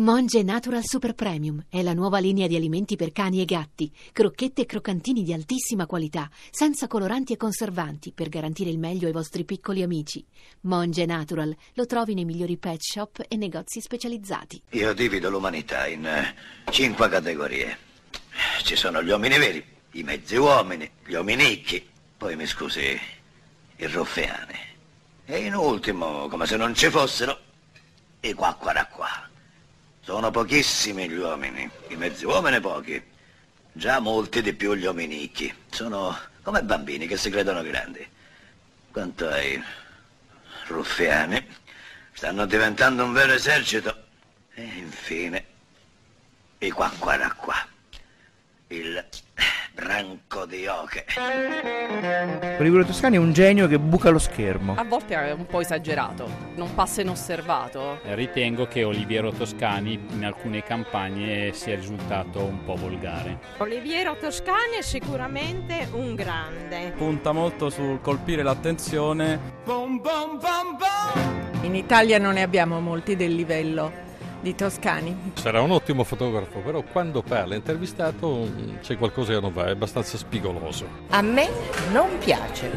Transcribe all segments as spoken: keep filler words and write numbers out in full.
Monge Natural Super Premium è la nuova linea di alimenti per cani e gatti, crocchette e croccantini di altissima qualità, senza coloranti e conservanti, per garantire il meglio ai vostri piccoli amici. Monge Natural lo trovi nei migliori pet shop e negozi specializzati. Io divido l'umanità in eh, cinque categorie. Ci sono gli uomini veri, i mezzi uomini, gli uominicchi, poi mi scusi, i ruffiani. E in ultimo, come se non ci fossero, i quacquaracqua. Sono pochissimi gli uomini, i mezzi uomini pochi, già molti di più gli uominicchi. Sono come bambini che si credono grandi. Quanto ai ruffiani, stanno diventando un vero esercito. E infine, i quacquaracqua, il branco di oche. Olivero Toscani è un genio che buca lo schermo. A volte è un po' esagerato, non passa inosservato. Ritengo che Olivero Toscani in alcune campagne sia risultato un po' volgare. Olivero Toscani è sicuramente un grande. Punta molto sul colpire l'attenzione. Bom, bom, bom, bom. In Italia non ne abbiamo molti del livello di Toscani. Sarà un ottimo fotografo, però quando parla intervistato c'è qualcosa che non va, è abbastanza spigoloso. A me non piace.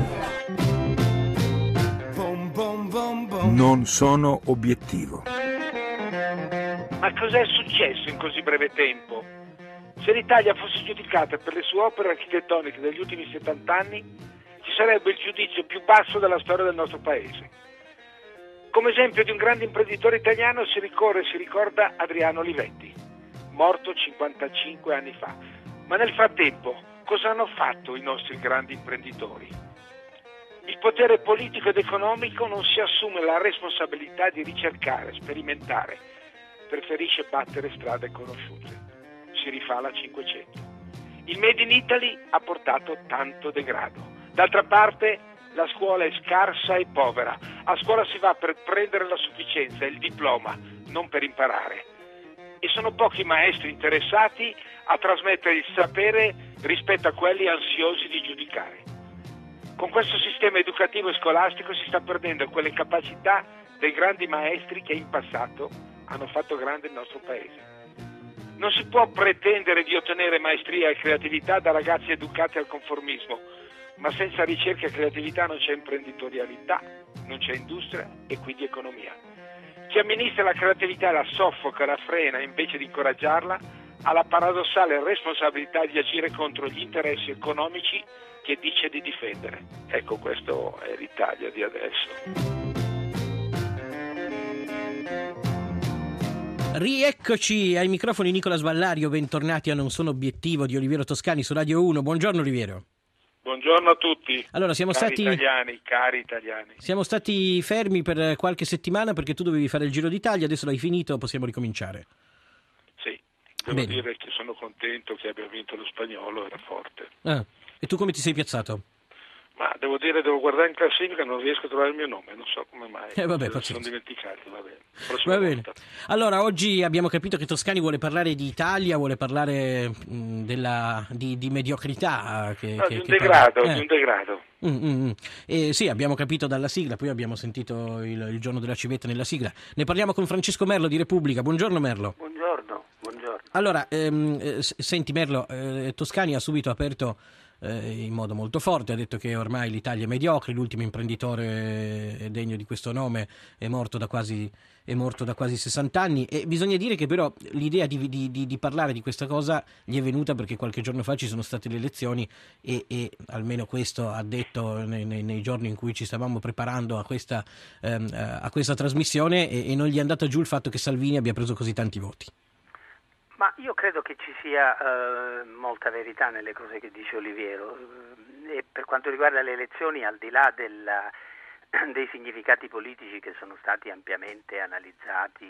Non sono obiettivo. Ma cos'è successo in così breve tempo? Se l'Italia fosse giudicata per le sue opere architettoniche degli ultimi settanta anni, ci sarebbe il giudizio più basso della storia del nostro paese. Come esempio di un grande imprenditore italiano si ricorre e si ricorda Adriano Olivetti, morto cinquantacinque anni fa. Ma nel frattempo, cosa hanno fatto i nostri grandi imprenditori? Il potere politico ed economico non si assume la responsabilità di ricercare, sperimentare, preferisce battere strade conosciute. Si rifà la Cinquecento. Il Made in Italy ha portato tanto degrado. D'altra parte, la scuola è scarsa e povera. A scuola si va per prendere la sufficienza, il diploma, non per imparare. E sono pochi maestri interessati a trasmettere il sapere rispetto a quelli ansiosi di giudicare. Con questo sistema educativo e scolastico si sta perdendo quelle capacità dei grandi maestri che in passato hanno fatto grande il nostro paese. Non si può pretendere di ottenere maestria e creatività da ragazzi educati al conformismo, ma senza ricerca e creatività non c'è imprenditorialità, non c'è industria e quindi economia. Chi amministra la creatività la soffoca, la frena invece di incoraggiarla, ha la paradossale responsabilità di agire contro gli interessi economici che dice di difendere. Ecco, questo è l'Italia di adesso. Rieccoci ai microfoni Nicola Sballario, bentornati a Non sono obiettivo di Olivero Toscani su Radio uno. Buongiorno Olivero. Buongiorno a tutti. Allora, siamo cari stati italiani, cari italiani. Siamo stati fermi per qualche settimana perché tu dovevi fare il Giro d'Italia, adesso l'hai finito, possiamo ricominciare. Sì, devo Bene. dire che sono contento che abbia vinto lo Spagnolo, era forte. Ah, e tu come ti sei piazzato? Ma devo dire, devo guardare in classifica, non riesco a trovare il mio nome, non so come mai. Eh vabbè, mi sono dimenticato, va bene. Va bene. Allora, oggi abbiamo capito che Toscani vuole parlare di Italia, vuole parlare mh, della, di, di mediocrità. Che, no, che, di un che degrado, parla. di Eh. un degrado. Mm, mm, mm. Eh, sì, abbiamo capito dalla sigla, poi abbiamo sentito il, il giorno della civetta nella sigla. Ne parliamo con Francesco Merlo di Repubblica. Buongiorno Merlo. Buongiorno, buongiorno. Allora, ehm, eh, senti Merlo, eh, Toscani ha subito aperto eh, in modo molto forte, ha detto che ormai l'Italia è mediocre, l'ultimo imprenditore degno di questo nome è morto da quasi, è morto da quasi sessanta anni, e bisogna dire che però l'idea di, di, di, di parlare di questa cosa gli è venuta perché qualche giorno fa ci sono state le elezioni e, e almeno questo ha detto nei, nei, nei giorni in cui ci stavamo preparando a questa, ehm, a questa trasmissione, e, e non gli è andata giù il fatto che Salvini abbia preso così tanti voti. Ma io credo che ci sia eh, molta verità nelle cose che dice Oliviero, e per quanto riguarda le elezioni, al di là della, dei significati politici che sono stati ampiamente analizzati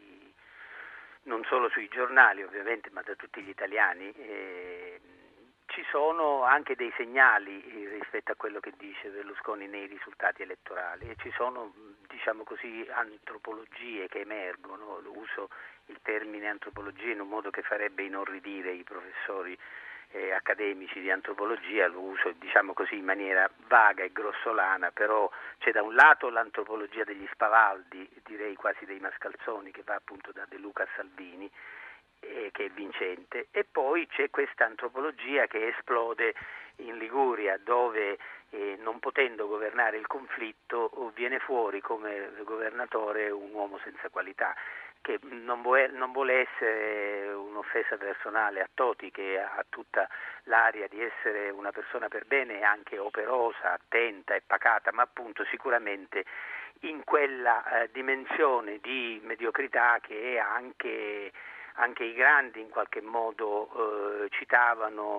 non solo sui giornali ovviamente, ma da tutti gli italiani, eh, ci sono anche dei segnali rispetto a quello che dice Berlusconi nei risultati elettorali, e ci sono, diciamo così, antropologie che emergono. Uso il termine antropologia in un modo che farebbe inorridire i professori eh, accademici di antropologia, lo uso, diciamo così, in maniera vaga e grossolana, però c'è da un lato l'antropologia degli spavaldi, direi quasi dei mascalzoni, che va appunto da De Luca a Salvini, eh, che è vincente, e poi c'è questa antropologia che esplode in Liguria, dove eh, non potendo governare il conflitto viene fuori come governatore un uomo senza qualità, che non vuole, non vuole essere un'offesa personale a Toti, che ha tutta l'aria di essere una persona per bene, anche operosa, attenta e pacata, ma appunto sicuramente in quella eh, dimensione di mediocrità che anche, anche i grandi in qualche modo eh, citavano,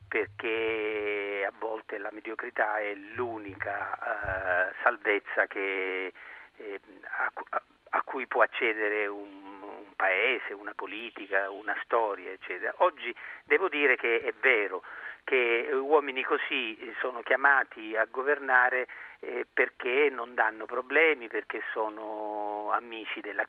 perché a volte la mediocrità è l'unica eh, salvezza che eh, a, a cui può accedere un, un paese, una politica, una storia, eccetera. Oggi devo dire che è vero che uomini così sono chiamati a governare eh, perché non danno problemi, perché sono amici della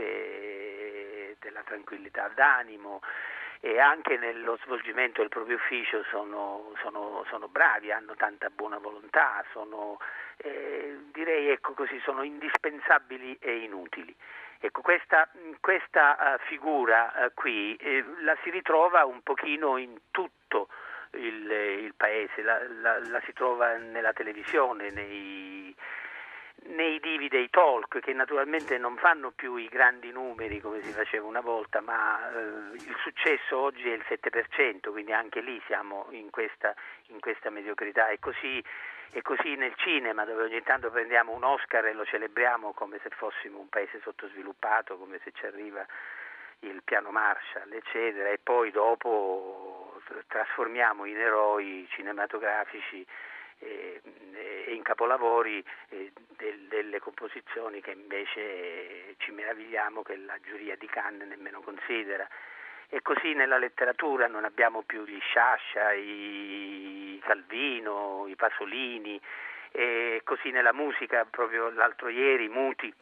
quiete, della tranquillità d'animo, e anche nello svolgimento del proprio ufficio sono, sono, sono bravi, hanno tanta buona volontà, sono, eh, direi ecco così, sono indispensabili e inutili. Ecco, questa, questa uh, figura uh, qui eh, la si ritrova un pochino in tutto il, il paese, la, la, la si trova nella televisione, nei nei divi dei talk, che naturalmente non fanno più i grandi numeri come si faceva una volta, ma eh, il successo oggi è il sette per cento, quindi anche lì siamo in questa, in questa mediocrità. E così, e così nel cinema, dove ogni tanto prendiamo un Oscar e lo celebriamo come se fossimo un paese sottosviluppato, come se ci arriva il piano Marshall, eccetera, e poi dopo trasformiamo in eroi cinematografici e in capolavori eh, del, delle composizioni che invece eh, ci meravigliamo che la giuria di Cannes nemmeno considera. E così nella letteratura non abbiamo più gli Sciascia, i Calvino, i Pasolini, e così nella musica, proprio l'altro ieri Muti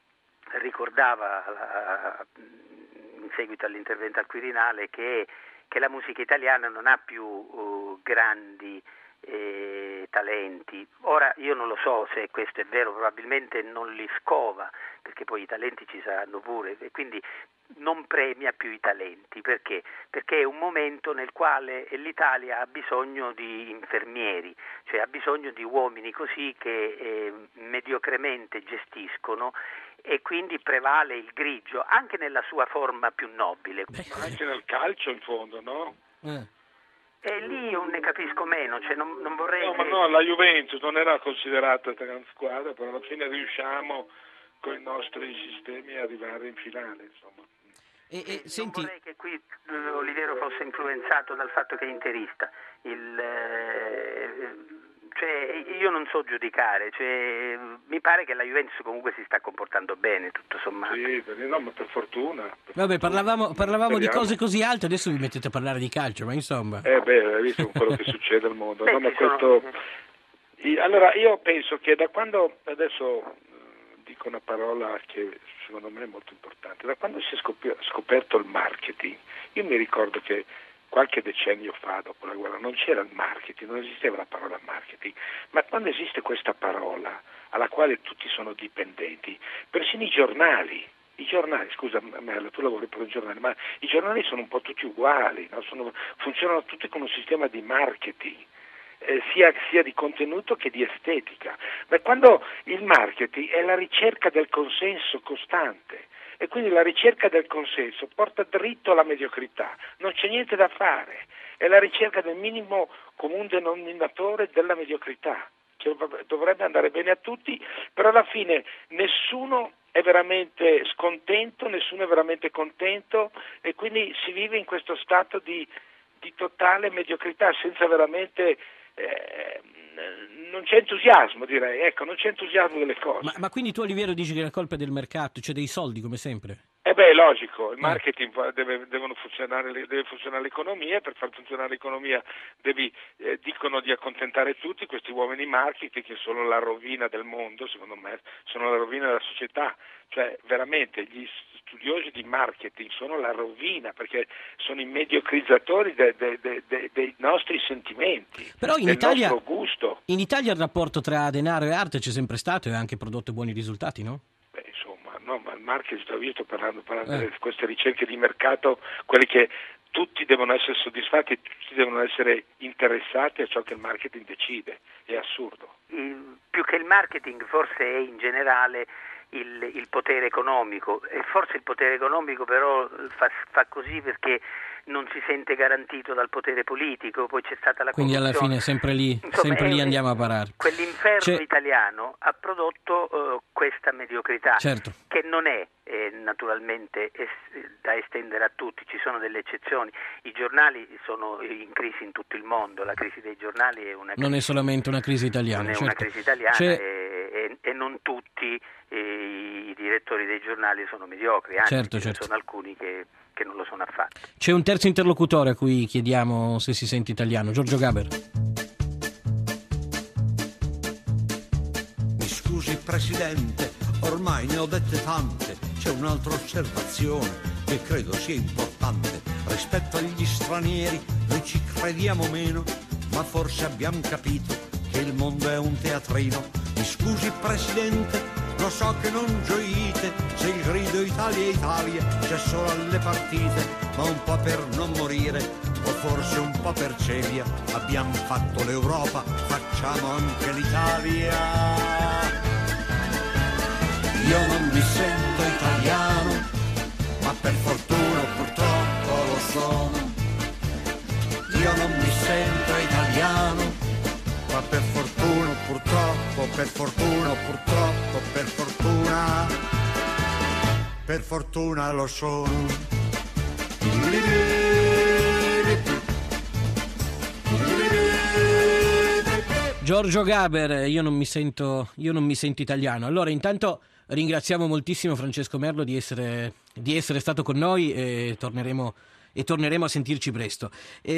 ricordava la, in seguito all'intervento al Quirinale che, che la musica italiana non ha più uh, grandi Eh, talenti. Ora io non lo so se questo è vero, probabilmente non li scova, perché poi i talenti ci saranno pure, e quindi non premia più i talenti. Perché? Perché è un momento nel quale l'Italia ha bisogno di infermieri, cioè ha bisogno di uomini così che eh, mediocremente gestiscono, e quindi prevale il grigio anche nella sua forma più nobile. Anche nel calcio in fondo, no? Eh. E lì io ne capisco meno, cioè non, non vorrei... No, ma no, la Juventus non era considerata gran squadra, però alla fine riusciamo con i nostri sistemi a arrivare in finale, insomma. E, e, non senti... vorrei che qui Oliviero fosse influenzato dal fatto che è interista. Il, eh, cioè, io non so giudicare, cioè, mi pare che la Juventus comunque si sta comportando bene, tutto sommato. Sì, no, ma per fortuna. Per Vabbè, fortuna. parlavamo, parlavamo di cose così alte, adesso vi mettete a parlare di calcio, ma insomma... Eh beh, hai visto quello che succede al mondo. Beh, no, ma sono... questo... Allora, io penso che da quando, adesso dico una parola che secondo me è molto importante, da quando si è scoperto il marketing, io mi ricordo che qualche decennio fa, dopo la guerra, non c'era il marketing, non esisteva la parola marketing, ma quando esiste questa parola alla quale tutti sono dipendenti, persino i giornali, i giornali, scusa Merlo, tu lavori per un giornale, ma i giornali sono un po' tutti uguali, no? sono, funzionano tutti con un sistema di marketing, eh, sia, sia di contenuto che di estetica, ma quando il marketing è la ricerca del consenso costante, e quindi la ricerca del consenso porta dritto alla mediocrità, non c'è niente da fare, è la ricerca del minimo comune denominatore della mediocrità, che dovrebbe andare bene a tutti, però alla fine nessuno è veramente scontento, nessuno è veramente contento, e quindi si vive in questo stato di, di totale mediocrità senza veramente... Eh, non c'è entusiasmo, direi, ecco, non c'è entusiasmo delle cose. Ma, ma quindi tu, Oliviero, dici che la colpa è del mercato, cioè dei soldi, come sempre? Eh beh, è logico, il marketing deve, devono funzionare, deve funzionare l'economia, e per far funzionare l'economia devi, eh, dicono di accontentare tutti questi uomini marketing che sono la rovina del mondo, secondo me, sono la rovina della società, cioè veramente gli studiosi di marketing sono la rovina perché sono i mediocrizzatori de, de, de, de, dei nostri sentimenti, però in del Italia, nostro gusto. In Italia il rapporto tra denaro e arte c'è sempre stato e ha anche prodotto buoni risultati, no? Beh, insomma, no, ma il marketing, io sto parlando, parlando eh. di queste ricerche di mercato, quelle che tutti devono essere soddisfatti, tutti devono essere interessati a ciò che il marketing decide, è assurdo. Il, più che il marketing forse è in generale il, il potere economico, e forse il potere economico però fa, fa così perché non si sente garantito dal potere politico, poi c'è stata la quindi alla fine sempre lì, Insomma, sempre lì andiamo a parare. Quell'inferno c'è... italiano ha prodotto uh, questa mediocrità, certo. che non è eh, naturalmente es- da estendere a tutti, ci sono delle eccezioni, i giornali sono in crisi in tutto il mondo, la crisi dei giornali è una crisi, non è solamente una crisi italiana, non è certo. una crisi italiana c'è... e, e, e non tutti eh, i direttori dei giornali sono mediocri, anzi certo, ce certo. ne sono alcuni che che non lo sono affatto. C'è un terzo interlocutore a cui chiediamo se si sente italiano, Giorgio Gaber. Mi scusi Presidente, ormai ne ho dette tante, c'è un'altra osservazione che credo sia importante. Rispetto agli stranieri noi ci crediamo meno, ma forse abbiamo capito che il mondo è un teatrino. Mi scusi Presidente, lo so che non gioite se il grido Italia Italia c'è solo alle partite, ma un po' per non morire o forse un po' per celia abbiamo fatto l'Europa, facciamo anche l'Italia. Io non mi sento italiano, ma per fortuna purtroppo lo sono. Io non mi sento italiano, ma per fortuna purtroppo, per fortuna purtroppo, per fortuna, per fortuna lo sono. Giorgio Gaber, io non mi sento, io non mi sento italiano. Allora, intanto ringraziamo moltissimo Francesco Merlo di essere, di essere stato con noi e torneremo e torneremo a sentirci presto.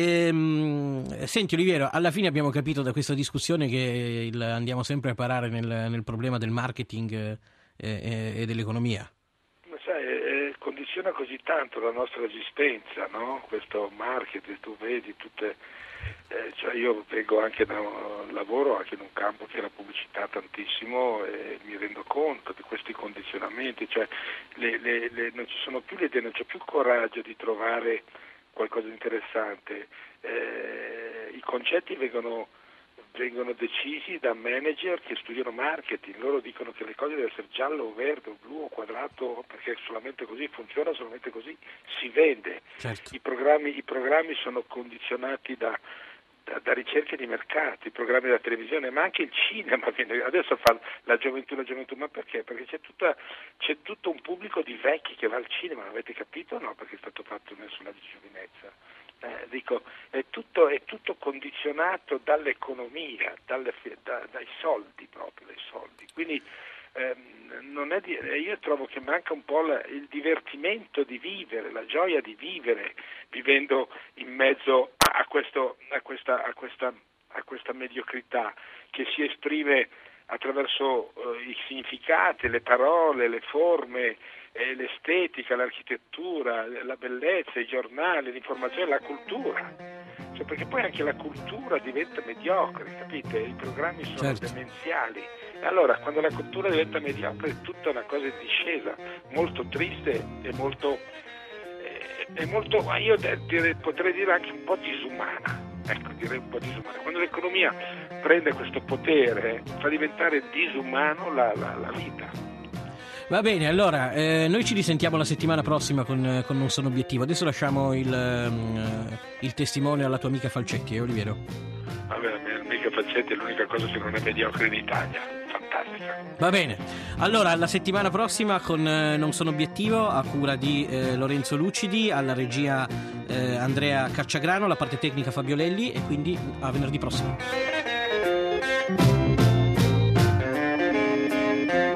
E, senti Oliviero, alla fine abbiamo capito da questa discussione che il, andiamo sempre a parare nel, nel problema del marketing e, e, e dell'economia. Ma sai, eh, condiziona così tanto la nostra esistenza, no? Questo marketing, tu vedi tutte, eh, cioè io vengo anche da un lavoro anche in un campo che è la pubblicità tantissimo e mi rendo conto di questi condizionamenti, cioè le, le, le, non ci sono più le idee, non c'è più coraggio di trovare qualcosa di interessante, eh, i concetti vengono vengono decisi da manager che studiano marketing, loro dicono che le cose devono essere giallo o verde o blu o quadrato perché solamente così funziona, solamente così si vende. Certo. I programmi, i programmi sono condizionati da, da, da ricerche di mercati, i programmi della televisione, ma anche il cinema viene, adesso fa la gioventù, la gioventù, ma perché? Perché c'è, tutta, c'è tutto un pubblico di vecchi che va al cinema, l'avete capito? No, perché è stato fatto nel sondaggio di giovinezza. Eh, dico, è tutto, è tutto condizionato dall'economia, dalle, da, dai soldi proprio, dai soldi. Quindi ehm, non è di, io trovo che manca un po' la, il divertimento di vivere, la gioia di vivere, vivendo in mezzo a, a, questo, a, questa, a, questa, a questa mediocrità che si esprime attraverso eh, i significati, le parole, le forme, eh, l'estetica, l'architettura, la bellezza, i giornali, l'informazione, la cultura. Cioè, perché poi anche la cultura diventa mediocre, capite? I programmi sono certo. demenziali. E allora, quando la cultura diventa mediocre è tutta una cosa in discesa, molto triste e molto, eh, è molto, ma io direi, potrei dire anche un po' disumana. Ecco, direi un po' disumana. Quando l'economia prende questo potere, fa diventare disumano la, la, la vita. Va bene, allora, eh, noi ci risentiamo la settimana prossima con, con Non Sono Obiettivo. Adesso lasciamo il, um, il testimone alla tua amica Falcetti, eh, Oliviero? Vabbè, la mia amica Falcetti è l'unica cosa che non è mediocre in Italia. Fantastica. Va bene, allora la settimana prossima con eh, Non Sono Obiettivo a cura di eh, Lorenzo Lucidi, alla regia eh, Andrea Cacciagrano, la parte tecnica Fabio Lelli, e quindi a venerdì prossimo.